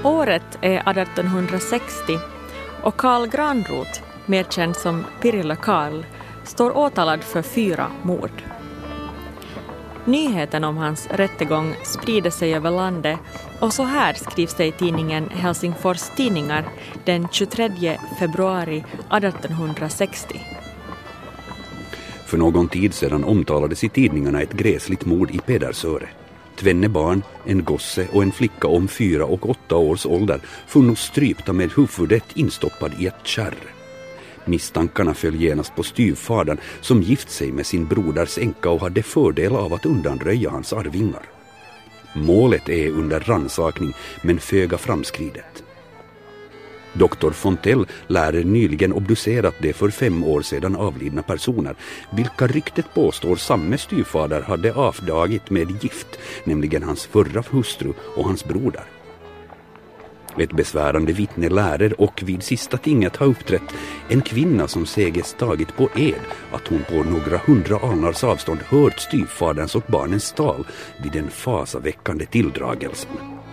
Året är 1860 och Karl Granroth, mer känd som Pirille Karl, står åtalad för 4 mord. Nyheten om hans rättegång sprider sig över landet och så här skrivs det i tidningen Helsingfors Tidningar den 23 februari 1860. För någon tid sedan omtalades i tidningarna ett gräsligt mord i Pedersöre. 2 barn, en gosse och en flicka om 4 och 8 års ålder funnos strypta med huvudet instoppad i ett kärr. Misstankarna föll genast på styvfadern som gift sig med sin broders änka och hade fördel av att undanröja hans arvingar. Målet är under rannsakning men föga framskridet. Dr. Fontell lär nyligen obducerat de för 5 år sedan avlidna personer, vilka ryktet påstår samme styvfader hade avdagit med gift, nämligen hans förra hustru och hans broder. Ett besvärande vittne lärer och vid sista tinget har uppträtt en kvinna som säges tagit på ed att hon på några 100 alnars avstånd hört styvfaderns och barnens tal vid den fasaväckande tilldragelsen.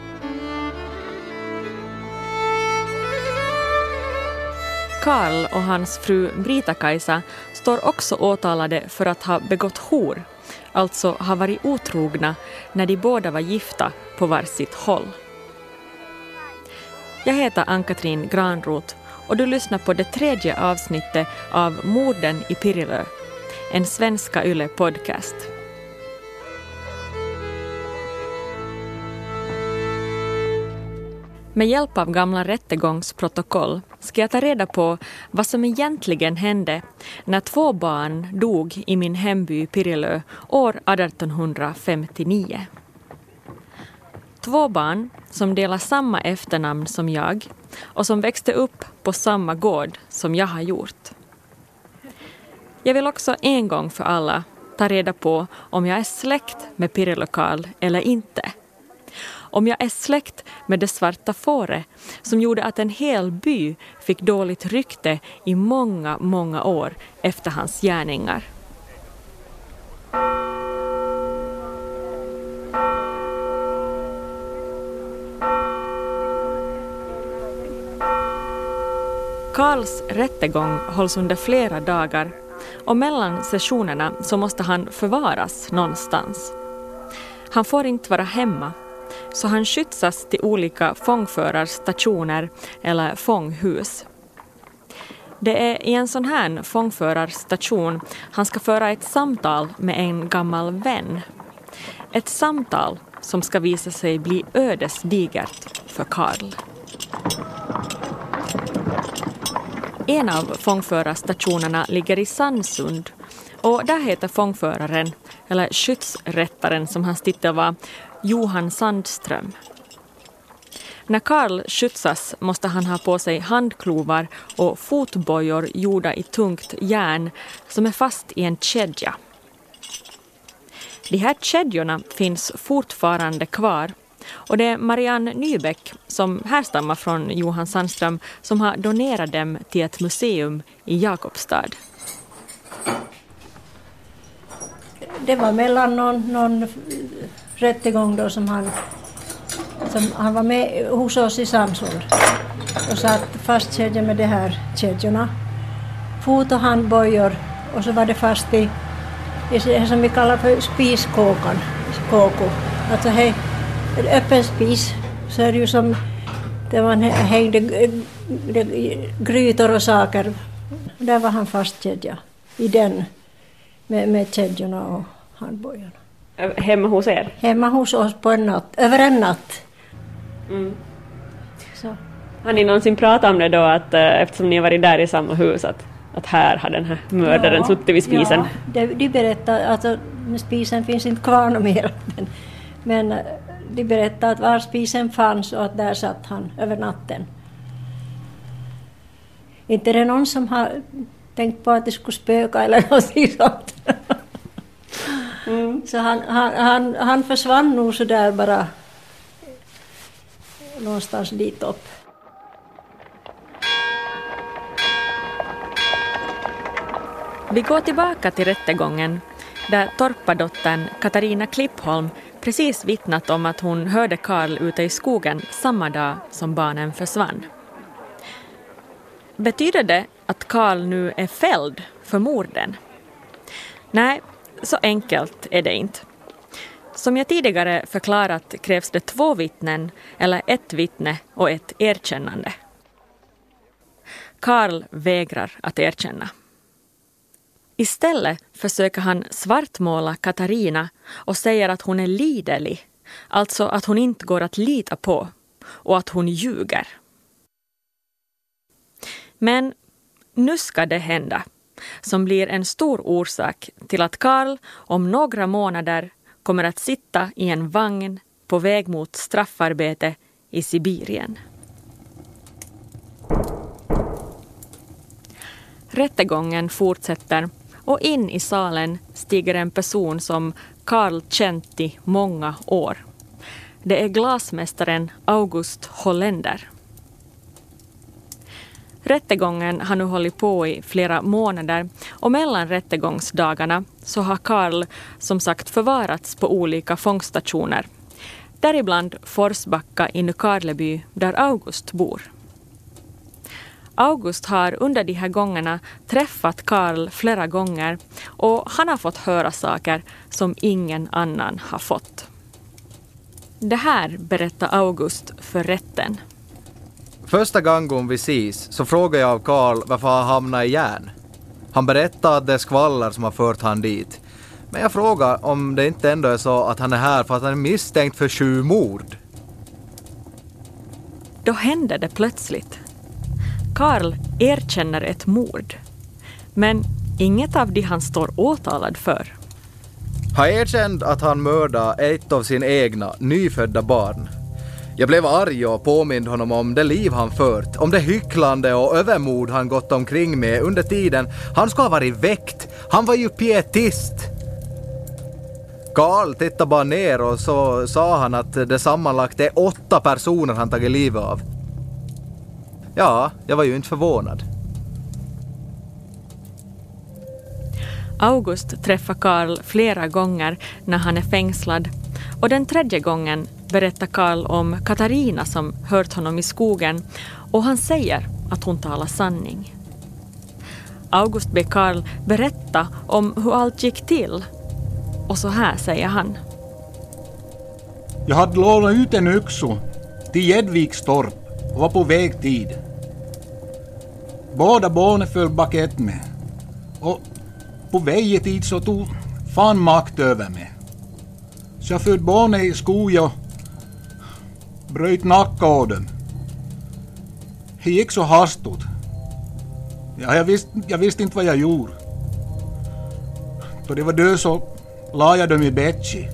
Karl och hans fru Brita-Kajsa står också åtalade för att ha begått hor, alltså ha varit otrogna när de båda var gifta på varsitt håll. Jag heter Ann-Katrin Granroth och du lyssnar på det 3:e avsnittet av Morden i Pirille, en svenska Yle-podcast. Med hjälp av gamla rättegångsprotokoll ska jag ta reda på vad som egentligen hände när 2 barn dog i min hemby Pirille år 1859. 2 barn som delar samma efternamn som jag och som växte upp på samma gård som jag har gjort. Jag vill också en gång för alla ta reda på om jag är släkt med Pirille Karl eller inte. Om jag är släkt med det svarta fåret som gjorde att en hel by fick dåligt rykte i många, många år efter hans gärningar. Karls rättegång hålls under flera dagar och mellan sessionerna så måste han förvaras någonstans. Han får inte vara hemma, så han skjutsas till olika fångförarstationer eller fånghus. Det är i en sån här fångförarstation han ska föra ett samtal med en gammal vän. Ett samtal som ska visa sig bli ödesdigert för Karl. En av fångförarstationerna ligger i Sandsund och där heter fångföraren, eller skyddsrättaren som hans titel var, Johan Sandström. När Karl skjutsas måste han ha på sig handklovar och fotbojor gjorda i tungt järn som är fast i en kedja. De här kedjorna finns fortfarande kvar och det är Marianne Nybeck som härstammar från Johan Sandström som har donerat dem till ett museum i Jakobstad. Det var mellan någon rättegång då som han var med hos oss i Sandsund och satt fastkedja med de här kedjorna. Fot- och handbojor och så var det fast i det som vi kallar för spiskåkan. Alltså en öppen spis så är det ju som där man hängde grytor och saker. Där var han fastkedja i den med kedjorna och handbojorna. Hemma hos er? Hemma hos oss på en natt, över en natt. Mm. Så. Har ni någonsin pratat om det då att eftersom ni har varit där i samma hus att här har den här mördaren suttit vid spisen? Ja, de berättar att spisen finns inte kvar något mer. Men de berättar att var spisen fanns och att där satt han över natten. Inte är det någon som har tänkt på att det skulle spöka eller något sånt. Mm. Så han försvann nog så där bara någonstans dit upp. Vi går tillbaka till rättegången där torpadottern Katarina Klippholm precis vittnat om att hon hörde Karl ute i skogen samma dag som barnen försvann. Betyder det att Karl nu är fälld för morden? Nej, så enkelt är det inte. Som jag tidigare förklarat krävs det 2 vittnen eller 1 vittne och ett erkännande. Karl vägrar att erkänna. Istället försöker han svartmåla Katarina och säger att hon är liderlig, alltså att hon inte går att lita på och att hon ljuger. Men nu ska det hända, som blir en stor orsak till att Karl om några månader kommer att sitta i en vagn på väg mot straffarbete i Sibirien. Rättegången fortsätter och in i salen stiger en person som Karl känt i många år. Det är glasmästaren August Holländer. Rättegången har nu hållit på i flera månader och mellan rättegångsdagarna så har Karl som sagt förvarats på olika fångstationer. Däribland Forsbacka i Nykarleby där August bor. August har under de här gångerna träffat Karl flera gånger och han har fått höra saker som ingen annan har fått. Det här berättar August för rätten. Första gången vi ses så frågar jag av Karl varför han hamnat i järn. Han berättar att det är skvaller som har fört han dit. Men jag frågar om det inte ändå är så att han är här för att han är misstänkt för 7 mord. Då händer det plötsligt. Karl erkänner ett mord. Men inget av det han står åtalad för. Han erkände att han mördade ett av sina egna nyfödda barn. Jag blev arg och påminner honom om det liv han fört, om det hycklande och övermod han gått omkring med under tiden han ska ha varit väckt. Han var ju pietist. Karl tittade bara ner och så sa han att det sammanlagt är 8 personer han tagit livet av. Ja, jag var ju inte förvånad. August träffar Karl flera gånger när han är fängslad och den 3:e gången berättar Karl om Katarina som hört honom i skogen och han säger att hon talar sanning. August ber Karl berätta om hur allt gick till och så här säger han. Jag hade lånat ut en yxa till Gäddvikstorp och var på väg tid. Båda barnen föll bakett med och på vägen tid så tog fan makt över mig. Så jag föll barnen i skogen och bröt nacka av dem. Det gick så hastigt. Ja, jag visste inte vad jag gjorde. Då det var död så la jag dem i bättre.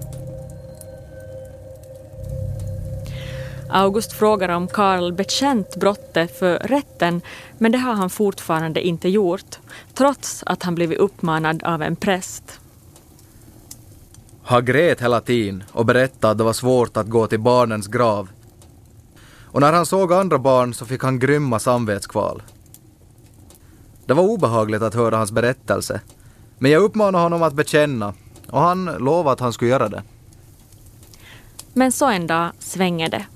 August frågar om Karl bekänt brottet för rätten, men det har han fortfarande inte gjort, trots att han blivit uppmanad av en präst. Han grät hela tiden och berättade att det var svårt att gå till barnens grav. Och när han såg andra barn så fick han grymma samvetskval. Det var obehagligt att höra hans berättelse, men jag uppmanade honom att bekänna och han lovade att han skulle göra det. Men så en dag svänger det.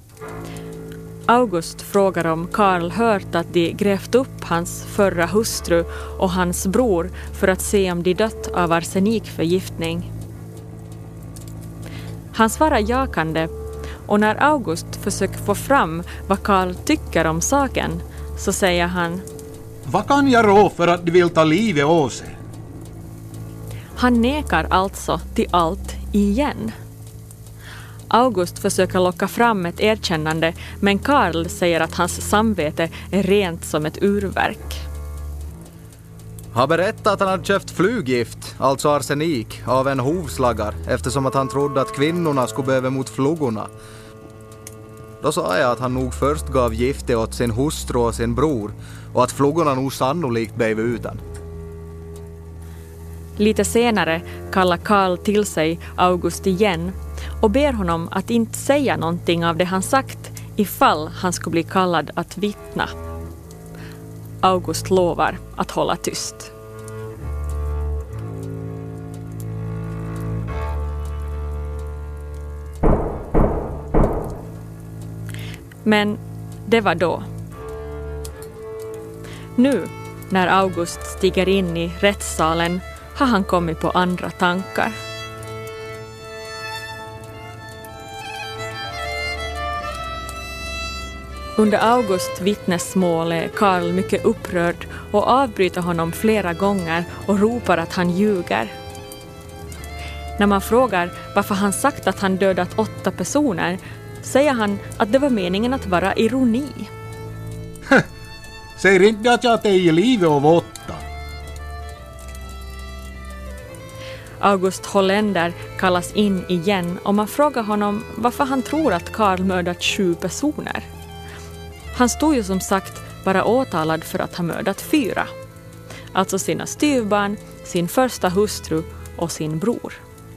August frågar om Karl hört att de grävt upp hans förra hustru och hans bror för att se om de dött av arsenikförgiftning. Han svarar jakande och när August försöker få fram vad Karl tycker om saken så säger han: Vad kan jag rå för att de vill ta livet av sig? Han nekar alltså till allt igen. August försöker locka fram ett erkännande, men Karl säger att hans samvete är rent som ett urverk. Han berättade att han hade köpt fluggift, alltså arsenik, av en hovslagare eftersom att han trodde att kvinnorna skulle behöva mot flugorna. Då sa jag att han nog först gav gifte åt sin hustru och sin bror och att flugorna nog sannolikt blev utan. Lite senare kallar Karl till sig August igen och ber honom att inte säga någonting av det han sagt ifall han skulle bli kallad att vittna. August lovar att hålla tyst. Men det var då. Nu, när August stiger in i rättssalen, har han kommit på andra tankar. Under Augusts vittnesmål är Karl mycket upprörd och avbryter honom flera gånger och ropar att han ljuger. När man frågar varför han sagt att han dödat 8 personer säger han att det var meningen att vara ironi. Säger inte att jag är i livet av 8. August Holländer kallas in igen och man frågar honom varför han tror att Karl mördat 7 personer. Han stod ju som sagt bara åtalad för att ha mördat 4. Alltså sina styvbarn, sin första hustru och sin bror.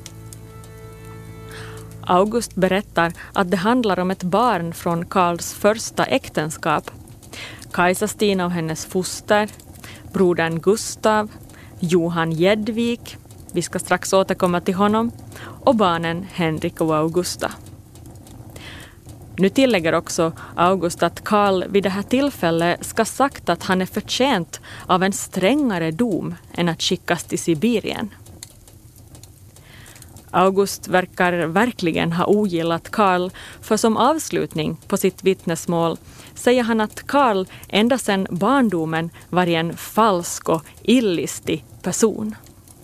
August berättar att det handlar om ett barn från Karls första äktenskap. Kajsa-Stina och hennes foster, brodern Gustav, Johan Jedvik, vi ska strax återkomma till honom, och barnen Henrik och Augusta. Nu tillägger också August att Karl vid det här tillfället ska sagt att han är förtjänt av en strängare dom än att skickas till Sibirien. August verkar verkligen ha ogillat Karl, för som avslutning på sitt vittnesmål säger han att Karl ända sedan barndomen var en falsk och illistig person.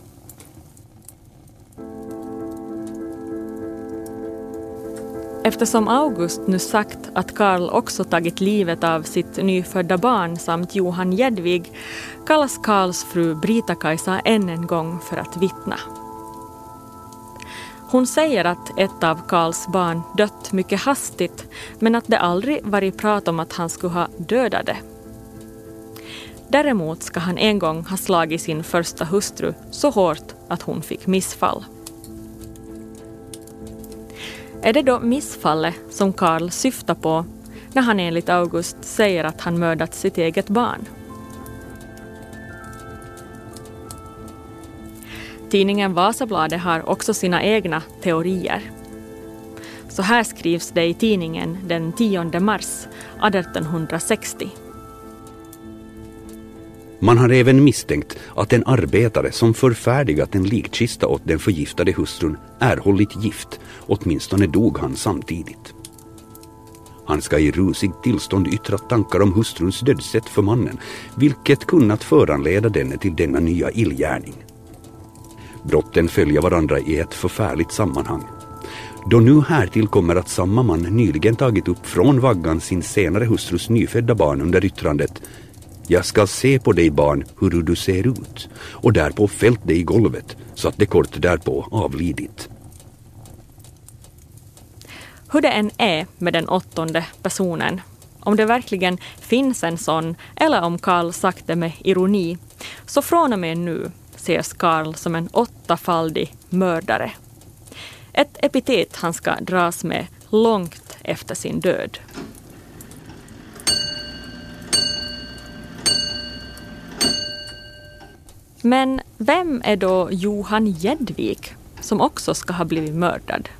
Eftersom August nu sagt att Karl också tagit livet av sitt nyfödda barn samt Johan Jedvig kallas Karls fru Brita-Kajsa än en gång för att vittna. Hon säger att ett av Karls barn dött mycket hastigt men att det aldrig varit prat om att han skulle ha dödat det. Däremot ska han en gång ha slagit sin första hustru så hårt att hon fick missfall. Är det då missfallet som Karl syftar på när han enligt August säger att han mördat sitt eget barn? Tidningen Vasabladet har också sina egna teorier. Så här skrivs det i tidningen den 10 mars 1860. Man har även misstänkt att en arbetare som förfärdigat en likkista åt den förgiftade hustrun erhållit gift, åtminstone dog han samtidigt. Han ska i rusigt tillstånd yttrat tankar om hustruns dödssätt för mannen, vilket kunnat föranleda denne till denna nya illgärning. Brotten följer varandra i ett förfärligt sammanhang. Då nu här tillkommer att samma man nyligen tagit upp från vaggan sin senare hustrus nyfödda barn under yttrandet: "Jag ska se på dig barn hur du ser ut", och därpå fällt dig i golvet så att det kort därpå avlidit. Hur det än är med den 8:e personen, om det verkligen finns en sån eller om Karl sagt det med ironi, så från och med nu ses Karl som en 8-faldig mördare. Ett epitet han ska dras med långt efter sin död. Men vem är då Johan Jedvig som också ska ha blivit mördad?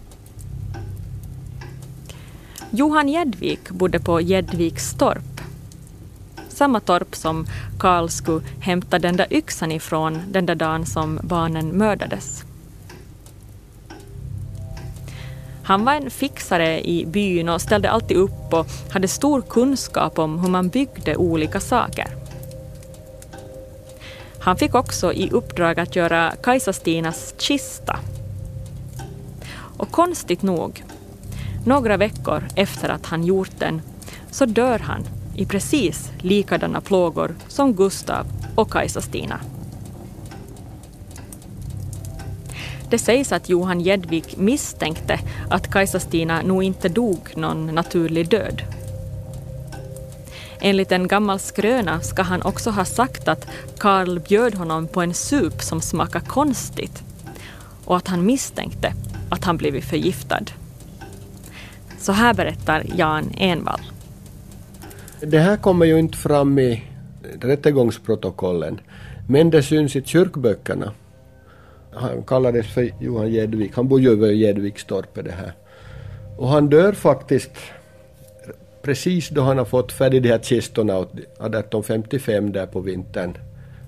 Johan Jedvig bodde på Jedvigstorp. Samma torp som Karl skulle hämta den där yxan ifrån den där dagen som barnen mördades. Han var en fixare i byn och ställde alltid upp och hade stor kunskap om hur man byggde olika saker. Han fick också i uppdrag att göra Kajsa-Stinas kista. Och konstigt nog, några veckor efter att han gjort den, så dör han i precis likadana plågor som Gustav och Kajsa-Stina. Det sägs att Johan Jedvig misstänkte att Kajsa-Stina nog inte dog någon naturlig död. Enligt en gammal skröna ska han också ha sagt att Karl bjöd honom på en sup som smakar konstigt och att han misstänkte att han blivit förgiftad. Så här berättar Jan Envall. Det här kommer ju inte fram i rättegångsprotokollen, men det syns i kyrkböckerna. Han kallades för Johan Jedvig. Han bor ju över Jedvigstorpet det här. Och han dör faktiskt precis då han har fått färdig de här kistorna 1855 där på vintern.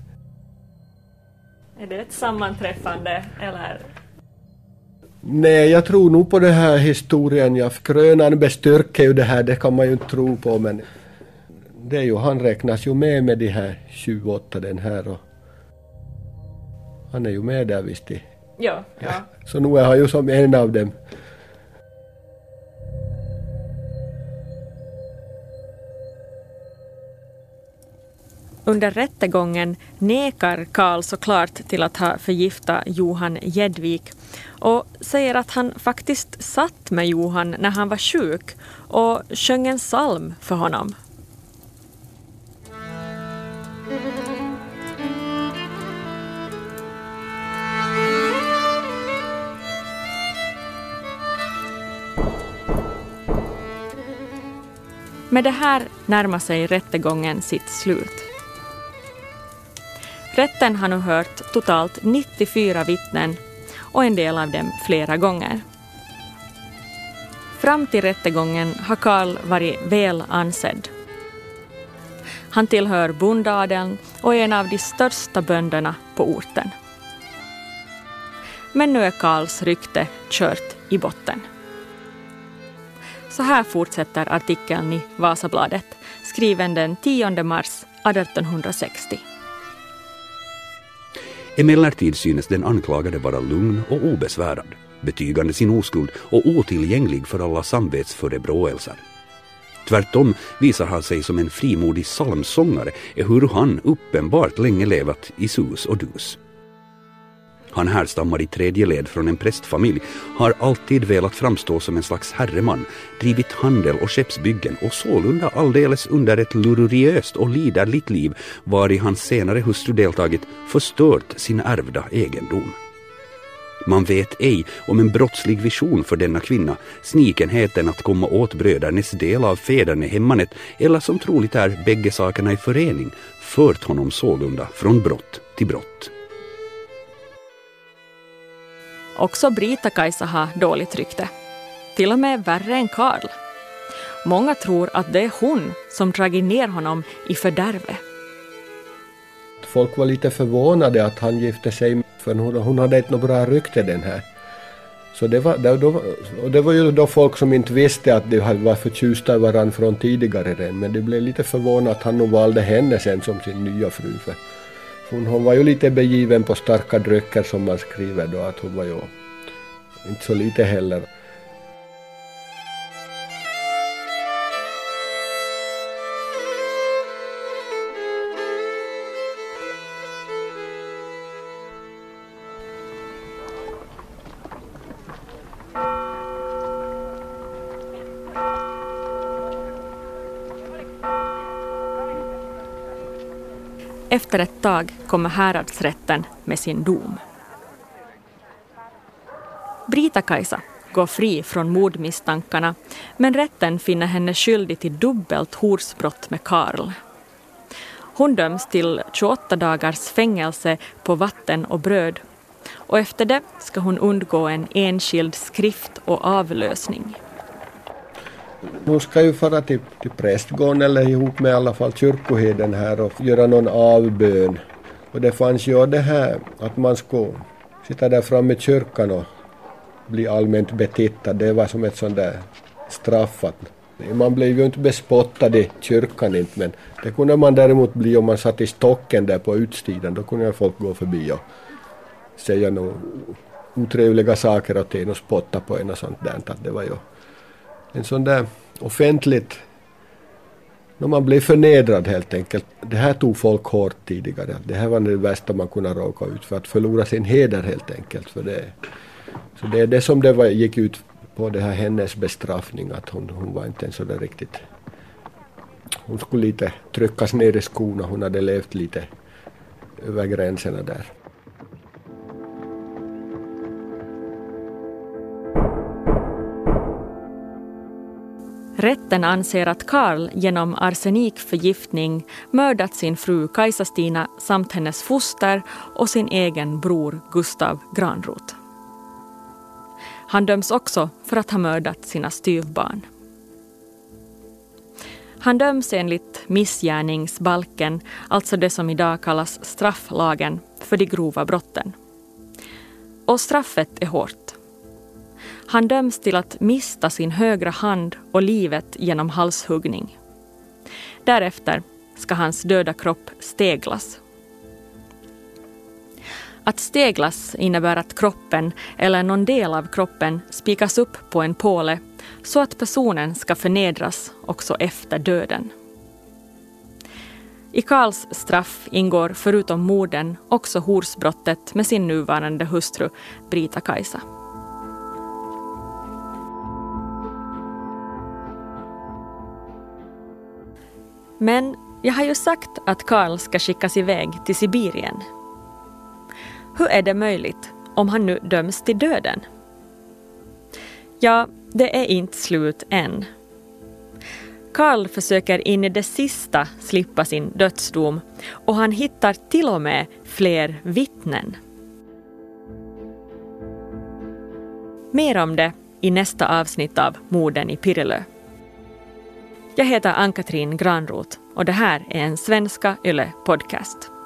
Är det ett sammanträffande eller? Nej, jag tror nog på det här historien. Krönan bestyrker ju det här, det kan man ju inte tro på, men det är ju, han räknas ju med de här 28 den här, och han är ju med där visst i. Ja. Så nu är han ju som en av dem. Under rättegången nekar Karl såklart till att ha förgiftat Johan Jedvik och säger att han faktiskt satt med Johan när han var sjuk och sjöng en psalm för honom. Med det här närmar sig rättegången sitt slut. Rätten har nu hört totalt 94 vittnen och en del av dem flera gånger. Fram till rättegången har Karl varit väl ansedd. Han tillhör bondadeln och är en av de största bönderna på orten. Men nu är Karls rykte kört i botten. Så här fortsätter artikeln i Vasabladet, skriven den 10 mars 1860. Emellertid synes den anklagade vara lugn och obesvärad, betygande sin oskuld och otillgänglig för alla samvetsförebråelser. Tvärtom visar han sig som en frimodig psalmsångare, ehuru han uppenbart länge levat i sus och dus. Han härstammar i 3:e led från en prästfamilj, har alltid velat framstå som en slags herreman, drivit handel och skeppsbyggen och sålunda alldeles under ett lururiöst och liderligt liv var i hans senare hustru deltagit förstört sin ärvda egendom. Man vet ej om en brottslig vision för denna kvinna, snikenheten att komma åt brödernes del av fäderne hemmanet eller som troligt är bägge sakerna i förening, fört honom sålunda från brott till brott. Också Brita-Kajsa har dåligt rykte. Till och med värre än Karl. Många tror att det är hon som dragit ner honom i fördärve. Folk var lite förvånade att han gifte sig, för hon hade inte något bra rykte den här. Så det var ju då folk som inte visste att de var förtjusta i varandra från tidigare redan. Men det blev lite förvånat att han nog valde henne sen som sin nya fru. För hon var ju lite begiven på starka drycker som man skriver då, att hon var ju inte så lite heller. Efter ett tag kommer häradsrätten med sin dom. Brita-Kajsa går fri från mordmisstankarna, men rätten finner henne skyldig till dubbelt horsbrott med Karl. Hon döms till 28 dagars fängelse på vatten och bröd, och efter det ska hon undgå en enskild skrift och avlösning. Hon ska ju fara till prästgården eller ihop med i alla fall kyrkoherden här och göra någon avbön. Och det fanns ju det här att man skulle sitta där framme i kyrkan och bli allmänt betittad. Det var som ett sånt där straffat. Man blev ju inte bespottad i kyrkan inte, men det kunde man däremot bli om man satt i stocken där på utsidan. Då kunde folk gå förbi och säga några otrevliga saker åt en och spotta på en och sånt där. Att det var ju en sån där offentligt, när man blev förnedrad helt enkelt. Det här tog folk hårt tidigare. Det här var det värsta man kunde råka ut för, att förlora sin heder helt enkelt. För det. Så det är det som det gick ut på, det här hennes bestraffning, att hon var inte så där riktigt. Hon skulle lite tryckas ner i skorna, hon hade levt lite över gränserna där. Rätten anser att Karl genom arsenikförgiftning mördat sin fru Kajsa-Stina samt hennes foster och sin egen bror Gustav Granroth. Han döms också för att ha mördat sina styvbarn. Han döms enligt missgärningsbalken, alltså det som idag kallas strafflagen, för de grova brotten. Och straffet är hårt. Han döms till att mista sin högra hand och livet genom halshuggning. Därefter ska hans döda kropp steglas. Att steglas innebär att kroppen eller någon del av kroppen spikas upp på en påle så att personen ska förnedras också efter döden. I Karls straff ingår förutom morden också horsbrottet med sin nuvarande hustru Brita-Kajsa. Men jag har ju sagt att Karl ska skickas iväg till Sibirien. Hur är det möjligt om han nu döms till döden? Ja, det är inte slut än. Karl försöker in i det sista slippa sin dödsdom och han hittar till och med fler vittnen. Mer om det i nästa avsnitt av Morden i Pirilö. Jag heter Ann-Katrin Granroth och det här är en Svenska Yle podcast.